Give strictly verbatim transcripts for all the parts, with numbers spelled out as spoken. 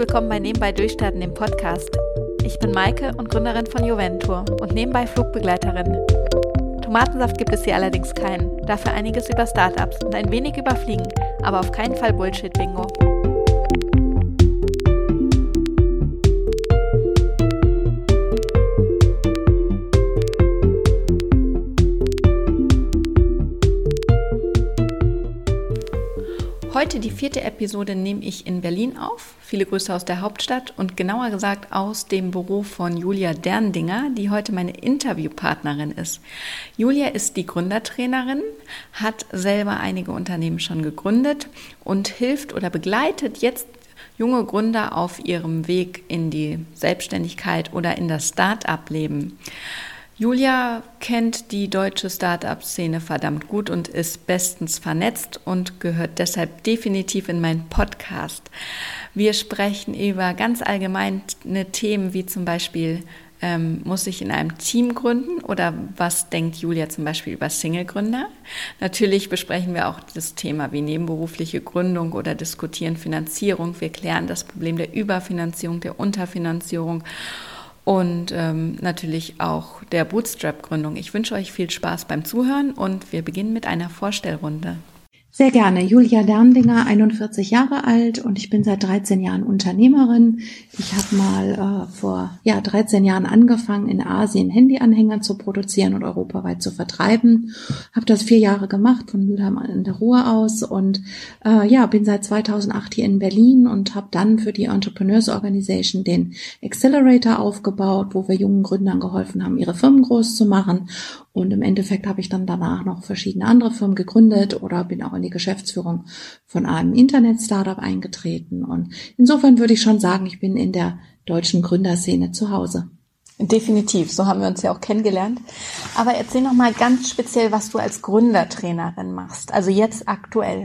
willkommen bei Nebenbei Durchstarten, dem Podcast. Ich bin Maike und Gründerin von Juventur und nebenbei Flugbegleiterin. Tomatensaft gibt es hier allerdings keinen, dafür einiges über Startups und ein wenig über Fliegen, aber auf keinen Fall Bullshit-Bingo. Heute die vierte Episode nehme ich in Berlin auf. Viele Grüße aus der Hauptstadt und genauer gesagt aus dem Büro von Julia Derndinger, die heute meine Interviewpartnerin ist. Julia ist die Gründertrainerin, hat selber einige Unternehmen schon gegründet und hilft oder begleitet jetzt junge Gründer auf ihrem Weg in die Selbstständigkeit oder in das Start-up-Leben. Julia kennt die deutsche Start-up-Szene verdammt gut und ist bestens vernetzt und gehört deshalb definitiv in meinen Podcast. Wir sprechen über ganz allgemeine Themen wie zum Beispiel, ähm, muss ich in einem Team gründen oder was denkt Julia zum Beispiel über Single-Gründer? Natürlich besprechen wir auch das Thema wie nebenberufliche Gründung oder diskutieren Finanzierung. Wir klären das Problem der Überfinanzierung, der Unterfinanzierung und ähm, natürlich auch der Bootstrap-Gründung. Ich wünsche euch viel Spaß beim Zuhören und wir beginnen mit einer Vorstellrunde. Sehr gerne. Julia Derndinger, einundvierzig Jahre alt und ich bin seit dreizehn Jahren Unternehmerin. Ich habe mal äh, vor ja dreizehn Jahren angefangen, in Asien Handyanhänger zu produzieren und europaweit zu vertreiben. Habe das vier Jahre gemacht, von Mülheim an der Ruhr aus und äh, ja bin seit zweitausendacht hier in Berlin und habe dann für die Entrepreneurs Organization den Accelerator aufgebaut, wo wir jungen Gründern geholfen haben, ihre Firmen groß zu machen. Und im Endeffekt habe ich dann danach noch verschiedene andere Firmen gegründet oder bin auch in die Geschäftsführung von einem Internet-Startup eingetreten. Und insofern würde ich schon sagen, ich bin in der deutschen Gründerszene zu Hause. Definitiv, so haben wir uns ja auch kennengelernt. Aber erzähl noch mal ganz speziell, was du als Gründertrainerin machst, also jetzt aktuell.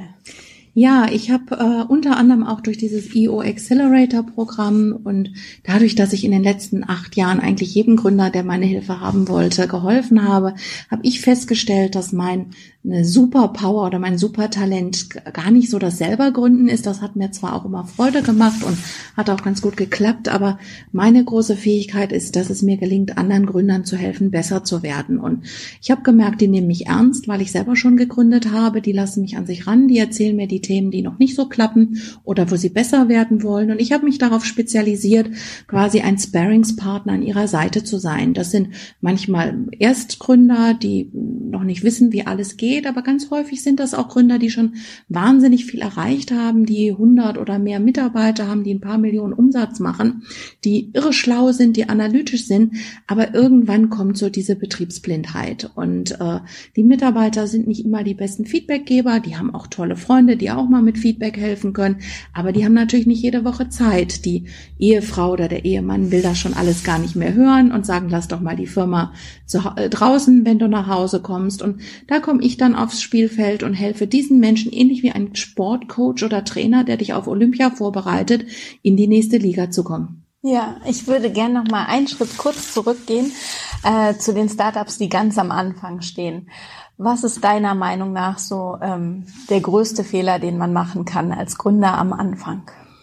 Ja, ich habe äh, unter anderem auch durch dieses I O Accelerator Programm und dadurch, dass ich in den letzten acht Jahren eigentlich jedem Gründer, der meine Hilfe haben wollte, geholfen habe, habe ich festgestellt, dass mein eine Superpower oder mein Supertalent gar nicht so das selber Gründen ist. Das hat mir zwar auch immer Freude gemacht und hat auch ganz gut geklappt, aber meine große Fähigkeit ist, dass es mir gelingt, anderen Gründern zu helfen, besser zu werden. Und ich habe gemerkt, die nehmen mich ernst, weil ich selber schon gegründet habe. Die lassen mich an sich ran, die erzählen mir die Themen, die noch nicht so klappen oder wo sie besser werden wollen. Und ich habe mich darauf spezialisiert, quasi ein Sparringspartner an ihrer Seite zu sein. Das sind manchmal Erstgründer, die noch nicht wissen, wie alles geht, aber ganz häufig sind das auch Gründer, die schon wahnsinnig viel erreicht haben, die hundert oder mehr Mitarbeiter haben, die ein paar Millionen Umsatz machen, die irre schlau sind, die analytisch sind, aber irgendwann kommt so diese Betriebsblindheit und äh, die Mitarbeiter sind nicht immer die besten Feedbackgeber, die haben auch tolle Freunde, die auch mal mit Feedback helfen können, aber die haben natürlich nicht jede Woche Zeit. Die Ehefrau oder der Ehemann will das schon alles gar nicht mehr hören und sagen, lass doch mal die Firma zu, äh, draußen, wenn du nach Hause kommst, und da komme ich dann aufs Spielfeld und helfe diesen Menschen, ähnlich wie ein Sportcoach oder Trainer, der dich auf Olympia vorbereitet, in die nächste Liga zu kommen. Ja, ich würde gerne noch mal einen Schritt kurz zurückgehen äh, zu den Startups, die ganz am Anfang stehen. Was ist deiner Meinung nach so ähm, der größte Fehler, den man machen kann als Gründer am Anfang?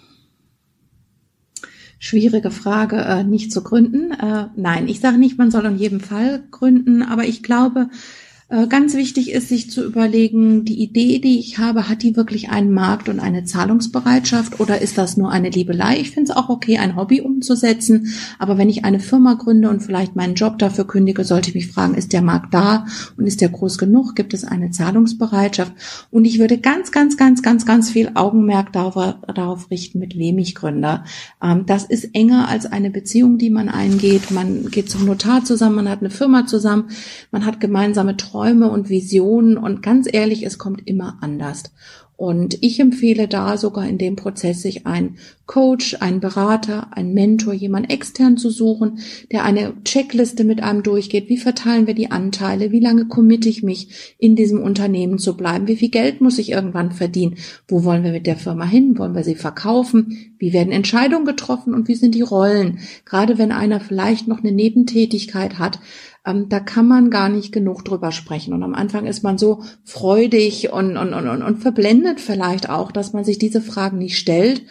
Schwierige Frage, äh, nicht zu gründen. Äh, nein, ich sage nicht, man soll in jedem Fall gründen, aber ich glaube, ganz wichtig ist, sich zu überlegen, die Idee, die ich habe, hat die wirklich einen Markt und eine Zahlungsbereitschaft oder ist das nur eine Liebelei? Ich finde es auch okay, ein Hobby umzusetzen, aber wenn ich eine Firma gründe und vielleicht meinen Job dafür kündige, sollte ich mich fragen, ist der Markt da und ist der groß genug? Gibt es eine Zahlungsbereitschaft? Und ich würde ganz, ganz, ganz, ganz, ganz viel Augenmerk darauf, darauf richten, mit wem ich gründe. Das ist enger als eine Beziehung, die man eingeht. Man geht zum Notar zusammen, man hat eine Firma zusammen, man hat gemeinsame Träume und Visionen und ganz ehrlich, es kommt immer anders. Und ich empfehle da sogar in dem Prozess, sich einen Coach, einen Berater, einen Mentor, jemanden extern zu suchen, der eine Checkliste mit einem durchgeht. Wie verteilen wir die Anteile? Wie lange committe ich mich, in diesem Unternehmen zu bleiben? Wie viel Geld muss ich irgendwann verdienen? Wo wollen wir mit der Firma hin? Wollen wir sie verkaufen? Wie werden Entscheidungen getroffen und wie sind die Rollen? Gerade wenn einer vielleicht noch eine Nebentätigkeit hat, Ähm, da kann man gar nicht genug drüber sprechen. Und am Anfang ist man so freudig und, und, und, und verblendet vielleicht auch, dass man sich diese Fragen nicht stellt.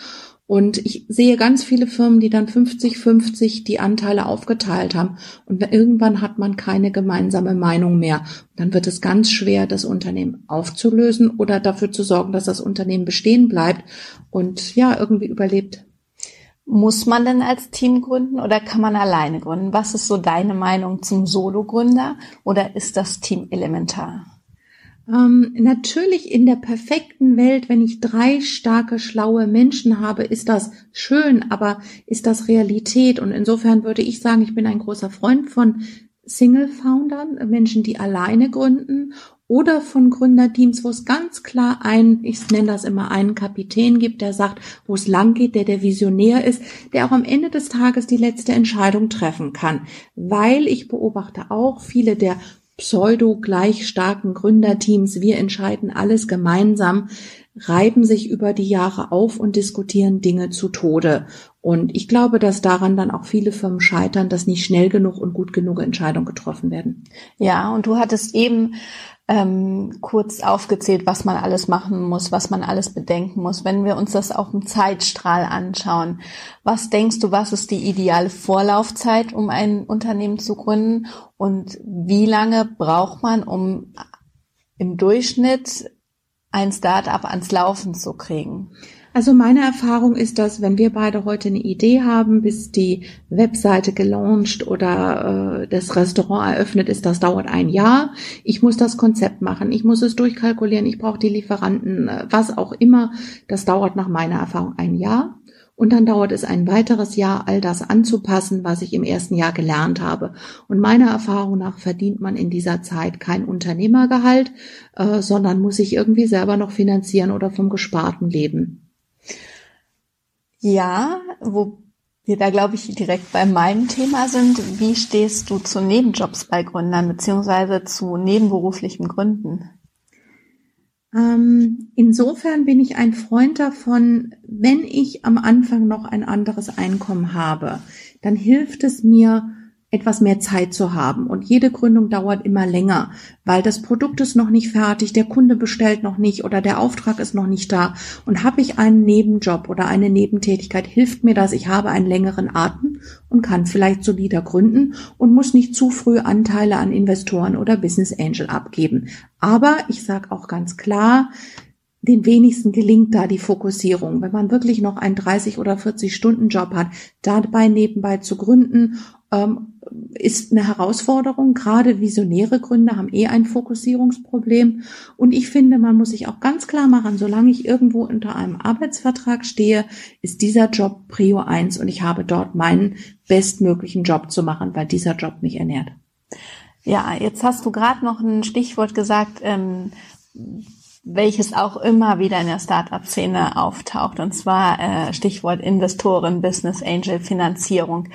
Und ich sehe ganz viele Firmen, die dann fünfzig fünfzig die Anteile aufgeteilt haben. Und irgendwann hat man keine gemeinsame Meinung mehr. Und dann wird es ganz schwer, das Unternehmen aufzulösen oder dafür zu sorgen, dass das Unternehmen bestehen bleibt und ja, irgendwie überlebt. Muss man denn als Team gründen oder kann man alleine gründen? Was ist so deine Meinung zum Solo-Gründer oder ist das Team elementar? Ähm, natürlich in der perfekten Welt, wenn ich drei starke, schlaue Menschen habe, ist das schön, aber ist das Realität? Und insofern würde ich sagen, ich bin ein großer Freund von Single-Foundern, Menschen, die alleine gründen oder von Gründerteams, wo es ganz klar einen, ich nenne das immer einen Kapitän gibt, der sagt, wo es lang geht, der der Visionär ist, der auch am Ende des Tages die letzte Entscheidung treffen kann. Weil ich beobachte auch viele der pseudo-gleich starken Gründerteams, wir entscheiden alles gemeinsam, reiben sich über die Jahre auf und diskutieren Dinge zu Tode. Und ich glaube, dass daran dann auch viele Firmen scheitern, dass nicht schnell genug und gut genug Entscheidungen getroffen werden. Ja, und du hattest eben ähm, kurz aufgezählt, was man alles machen muss, was man alles bedenken muss. Wenn wir uns das auf dem Zeitstrahl anschauen, was denkst du, was ist die ideale Vorlaufzeit, um ein Unternehmen zu gründen? Und wie lange braucht man, um im Durchschnitt ein Start-up ans Laufen zu kriegen? Also meine Erfahrung ist, dass wenn wir beide heute eine Idee haben, bis die Webseite gelauncht oder äh, das Restaurant eröffnet ist, das dauert ein Jahr. Ich muss das Konzept machen, ich muss es durchkalkulieren, ich brauche die Lieferanten, was auch immer. Das dauert nach meiner Erfahrung ein Jahr. Und dann dauert es ein weiteres Jahr, all das anzupassen, was ich im ersten Jahr gelernt habe. Und meiner Erfahrung nach verdient man in dieser Zeit kein Unternehmergehalt, äh, sondern muss sich irgendwie selber noch finanzieren oder vom Gesparten leben. Ja, wo wir da, glaube ich, direkt bei meinem Thema sind. Wie stehst du zu Nebenjobs bei Gründern beziehungsweise zu nebenberuflichen Gründen? Ähm, insofern bin ich ein Freund davon, wenn ich am Anfang noch ein anderes Einkommen habe, dann hilft es mir, etwas mehr Zeit zu haben. Und jede Gründung dauert immer länger, weil das Produkt ist noch nicht fertig, der Kunde bestellt noch nicht oder der Auftrag ist noch nicht da. Und habe ich einen Nebenjob oder eine Nebentätigkeit, hilft mir das, ich habe einen längeren Atem und kann vielleicht solider gründen und muss nicht zu früh Anteile an Investoren oder Business Angel abgeben. Aber ich sage auch ganz klar, den wenigsten gelingt da die Fokussierung. Wenn man wirklich noch einen dreißig- oder vierzig-Stunden-Job hat, dabei nebenbei zu gründen, ähm, ist eine Herausforderung. Gerade visionäre Gründer haben eh ein Fokussierungsproblem. Und ich finde, man muss sich auch ganz klar machen, solange ich irgendwo unter einem Arbeitsvertrag stehe, ist dieser Job Prio eins und ich habe dort meinen bestmöglichen Job zu machen, weil dieser Job mich ernährt. Ja, jetzt hast du gerade noch ein Stichwort gesagt, ähm, welches auch immer wieder in der Startup-Szene auftaucht, und zwar äh, Stichwort Investoren, Business Angel, Finanzierung.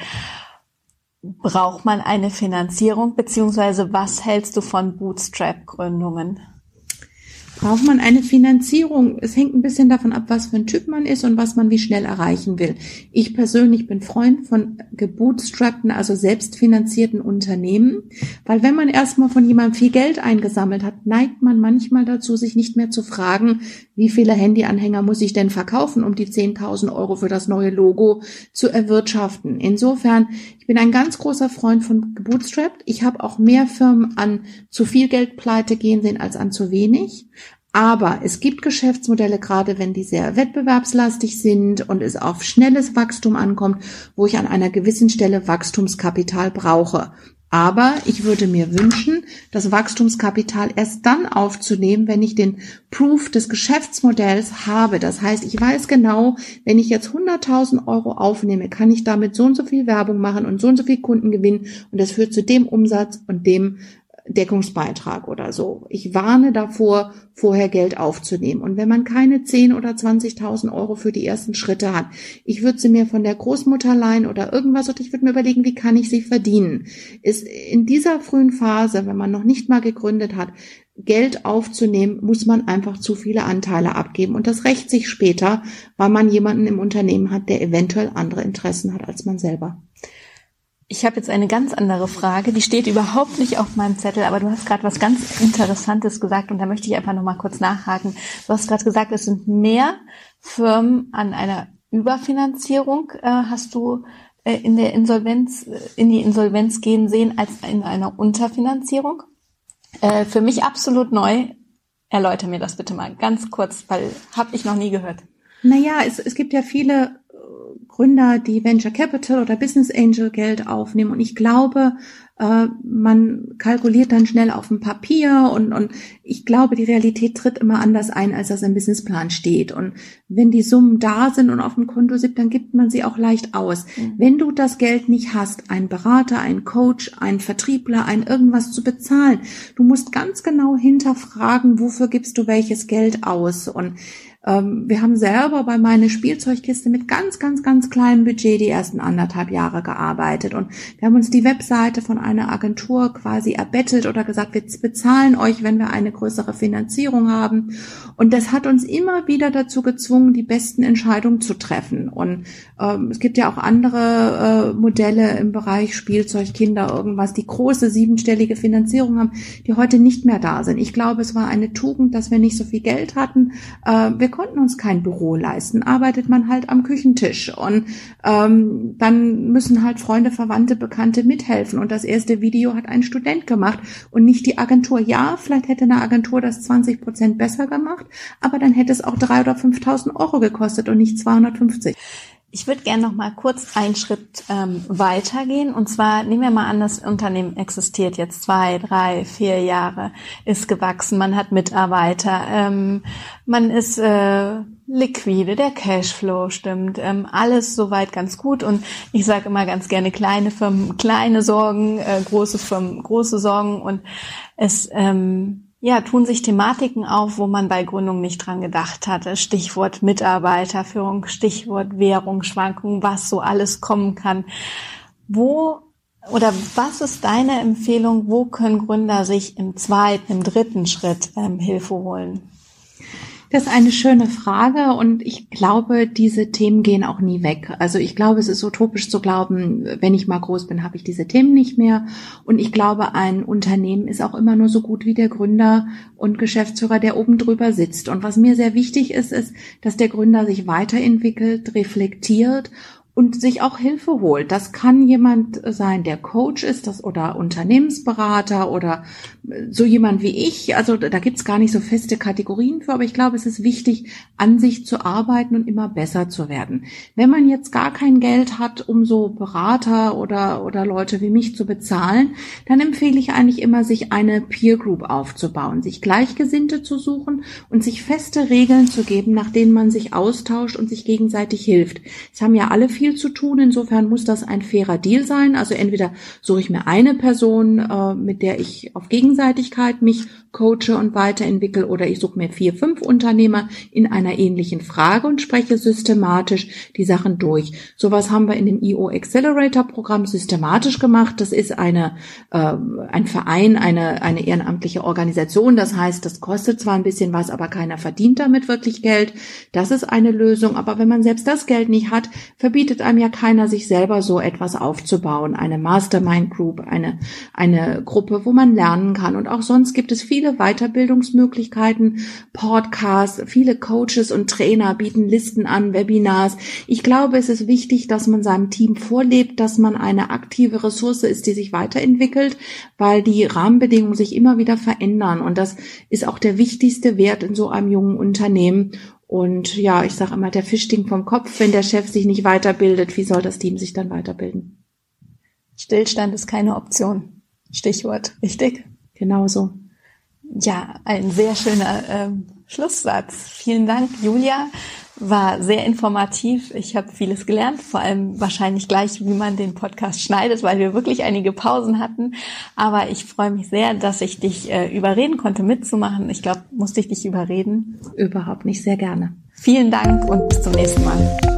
Braucht man eine Finanzierung, beziehungsweise was hältst du von Bootstrap-Gründungen? Braucht man eine Finanzierung? Es hängt ein bisschen davon ab, was für ein Typ man ist und was man wie schnell erreichen will. Ich persönlich bin Freund von gebootstrappten, also selbstfinanzierten Unternehmen, weil wenn man erstmal von jemandem viel Geld eingesammelt hat, neigt man manchmal dazu, sich nicht mehr zu fragen, wie viele Handyanhänger muss ich denn verkaufen, um die zehntausend Euro für das neue Logo zu erwirtschaften. Insofern, ich bin ein ganz großer Freund von gebootstrapped. Ich habe auch mehr Firmen an zu viel Geld pleite gehen sehen als an zu wenig. Aber es gibt Geschäftsmodelle, gerade wenn die sehr wettbewerbslastig sind und es auf schnelles Wachstum ankommt, wo ich an einer gewissen Stelle Wachstumskapital brauche. Aber ich würde mir wünschen, das Wachstumskapital erst dann aufzunehmen, wenn ich den Proof des Geschäftsmodells habe. Das heißt, ich weiß genau, wenn ich jetzt hunderttausend Euro aufnehme, kann ich damit so und so viel Werbung machen und so und so viel Kunden gewinnen und das führt zu dem Umsatz und dem Deckungsbeitrag oder so. Ich warne davor, vorher Geld aufzunehmen. Und wenn man keine zehn oder zwanzigtausend Euro für die ersten Schritte hat, ich würde sie mir von der Großmutter leihen oder irgendwas, und ich würde mir überlegen, wie kann ich sie verdienen. Ist in dieser frühen Phase, wenn man noch nicht mal gegründet hat, Geld aufzunehmen, muss man einfach zu viele Anteile abgeben. Und das rächt sich später, weil man jemanden im Unternehmen hat, der eventuell andere Interessen hat als man selber. Ich habe jetzt eine ganz andere Frage, die steht überhaupt nicht auf meinem Zettel, aber du hast gerade was ganz Interessantes gesagt und da möchte ich einfach noch mal kurz nachhaken. Du hast gerade gesagt, es sind mehr Firmen an einer Überfinanzierung äh, hast du äh, in der Insolvenz, in die Insolvenz gehen sehen als in einer Unterfinanzierung? Äh, für mich absolut neu. Erläuter mir das bitte mal ganz kurz, weil habe ich noch nie gehört. Naja, es, es gibt ja viele Gründer, die Venture Capital oder Business Angel Geld aufnehmen. Und ich glaube, äh, man kalkuliert dann schnell auf dem Papier und, und ich glaube, die Realität tritt immer anders ein, als das im Businessplan steht. Und wenn die Summen da sind und auf dem Konto sind, dann gibt man sie auch leicht aus. Mhm. Wenn du das Geld nicht hast, einen Berater, einen Coach, einen Vertriebler, ein irgendwas zu bezahlen, du musst ganz genau hinterfragen, wofür gibst du welches Geld aus. Und wir haben selber bei meiner Spielzeugkiste mit ganz, ganz, ganz kleinem Budget die ersten anderthalb Jahre gearbeitet und wir haben uns die Webseite von einer Agentur quasi erbettet oder gesagt, wir bezahlen euch, wenn wir eine größere Finanzierung haben. Und das hat uns immer wieder dazu gezwungen, die besten Entscheidungen zu treffen. Und ähm, es gibt ja auch andere äh, Modelle im Bereich Spielzeug, Kinder, irgendwas, die große siebenstellige Finanzierung haben, die heute nicht mehr da sind. Ich glaube, es war eine Tugend, dass wir nicht so viel Geld hatten. Äh, wir konnten uns kein Büro leisten, arbeitet man halt am Küchentisch und ähm, dann müssen halt Freunde, Verwandte, Bekannte mithelfen und das erste Video hat ein Student gemacht und nicht die Agentur. Ja, vielleicht hätte eine Agentur das zwanzig Prozent besser gemacht, aber dann hätte es auch drei oder fünftausend Euro gekostet und nicht zweihundertfünfzig. Ich würde gerne noch mal kurz einen Schritt ähm, weitergehen. Und zwar nehmen wir mal an, das Unternehmen existiert jetzt zwei, drei, vier Jahre, ist gewachsen, man hat Mitarbeiter, ähm, man ist äh, liquide, der Cashflow stimmt, ähm, alles soweit ganz gut. Und ich sage immer ganz gerne, kleine Firmen, kleine Sorgen, äh, große Firmen, große Sorgen. Und es ähm, ja, tun sich Thematiken auf, wo man bei Gründung nicht dran gedacht hatte. Stichwort Mitarbeiterführung, Stichwort Währungsschwankungen, was so alles kommen kann. Wo oder was ist deine Empfehlung, wo können Gründer sich im zweiten, im dritten Schritt ähm, Hilfe holen? Das ist eine schöne Frage und ich glaube, diese Themen gehen auch nie weg. Also ich glaube, es ist utopisch zu glauben, wenn ich mal groß bin, habe ich diese Themen nicht mehr. Und ich glaube, ein Unternehmen ist auch immer nur so gut wie der Gründer und Geschäftsführer, der oben drüber sitzt. Und was mir sehr wichtig ist, ist, dass der Gründer sich weiterentwickelt, reflektiert und sich auch Hilfe holt. Das kann jemand sein, der Coach ist, das oder Unternehmensberater oder so jemand wie ich. Also da gibt's gar nicht so feste Kategorien für, aber ich glaube, es ist wichtig, an sich zu arbeiten und immer besser zu werden. Wenn man jetzt gar kein Geld hat, um so Berater oder oder Leute wie mich zu bezahlen, dann empfehle ich eigentlich immer, sich eine Peer Group aufzubauen, sich Gleichgesinnte zu suchen und sich feste Regeln zu geben, nach denen man sich austauscht und sich gegenseitig hilft. Es haben ja alle viel zu tun, insofern muss das ein fairer Deal sein. Also entweder suche ich mir eine Person, äh, mit der ich auf Gegenseitigkeit mich coache und weiterentwickle, oder ich suche mir vier, fünf Unternehmer in einer ähnlichen Frage und spreche systematisch die Sachen durch. Sowas haben wir in dem I O Accelerator Programm systematisch gemacht. Das ist eine äh, ein Verein, eine eine ehrenamtliche Organisation. Das heißt, das kostet zwar ein bisschen was, aber keiner verdient damit wirklich Geld. Das ist eine Lösung. Aber wenn man selbst das Geld nicht hat, verbietet einem ja keiner, sich selber so etwas aufzubauen. Eine Mastermind Group, eine eine Gruppe, wo man lernen kann. Und auch sonst gibt es viele Weiterbildungsmöglichkeiten, Podcasts, viele Coaches und Trainer bieten Listen an, Webinars. Ich glaube, es ist wichtig, dass man seinem Team vorlebt, dass man eine aktive Ressource ist, die sich weiterentwickelt, weil die Rahmenbedingungen sich immer wieder verändern. Und das ist auch der wichtigste Wert in so einem jungen Unternehmen. Und ja, ich sage immer, der Fisch stinkt vom Kopf, wenn der Chef sich nicht weiterbildet. Wie soll das Team sich dann weiterbilden? Stillstand ist keine Option. Stichwort, richtig? Genauso. Ja, ein sehr schöner ähm, Schlusssatz. Vielen Dank, Julia. War sehr informativ. Ich habe vieles gelernt, vor allem wahrscheinlich gleich, wie man den Podcast schneidet, weil wir wirklich einige Pausen hatten. Aber ich freue mich sehr, dass ich dich äh, überreden konnte, mitzumachen. Ich glaube, musste ich dich überreden? Überhaupt nicht, sehr gerne. Vielen Dank und bis zum nächsten Mal.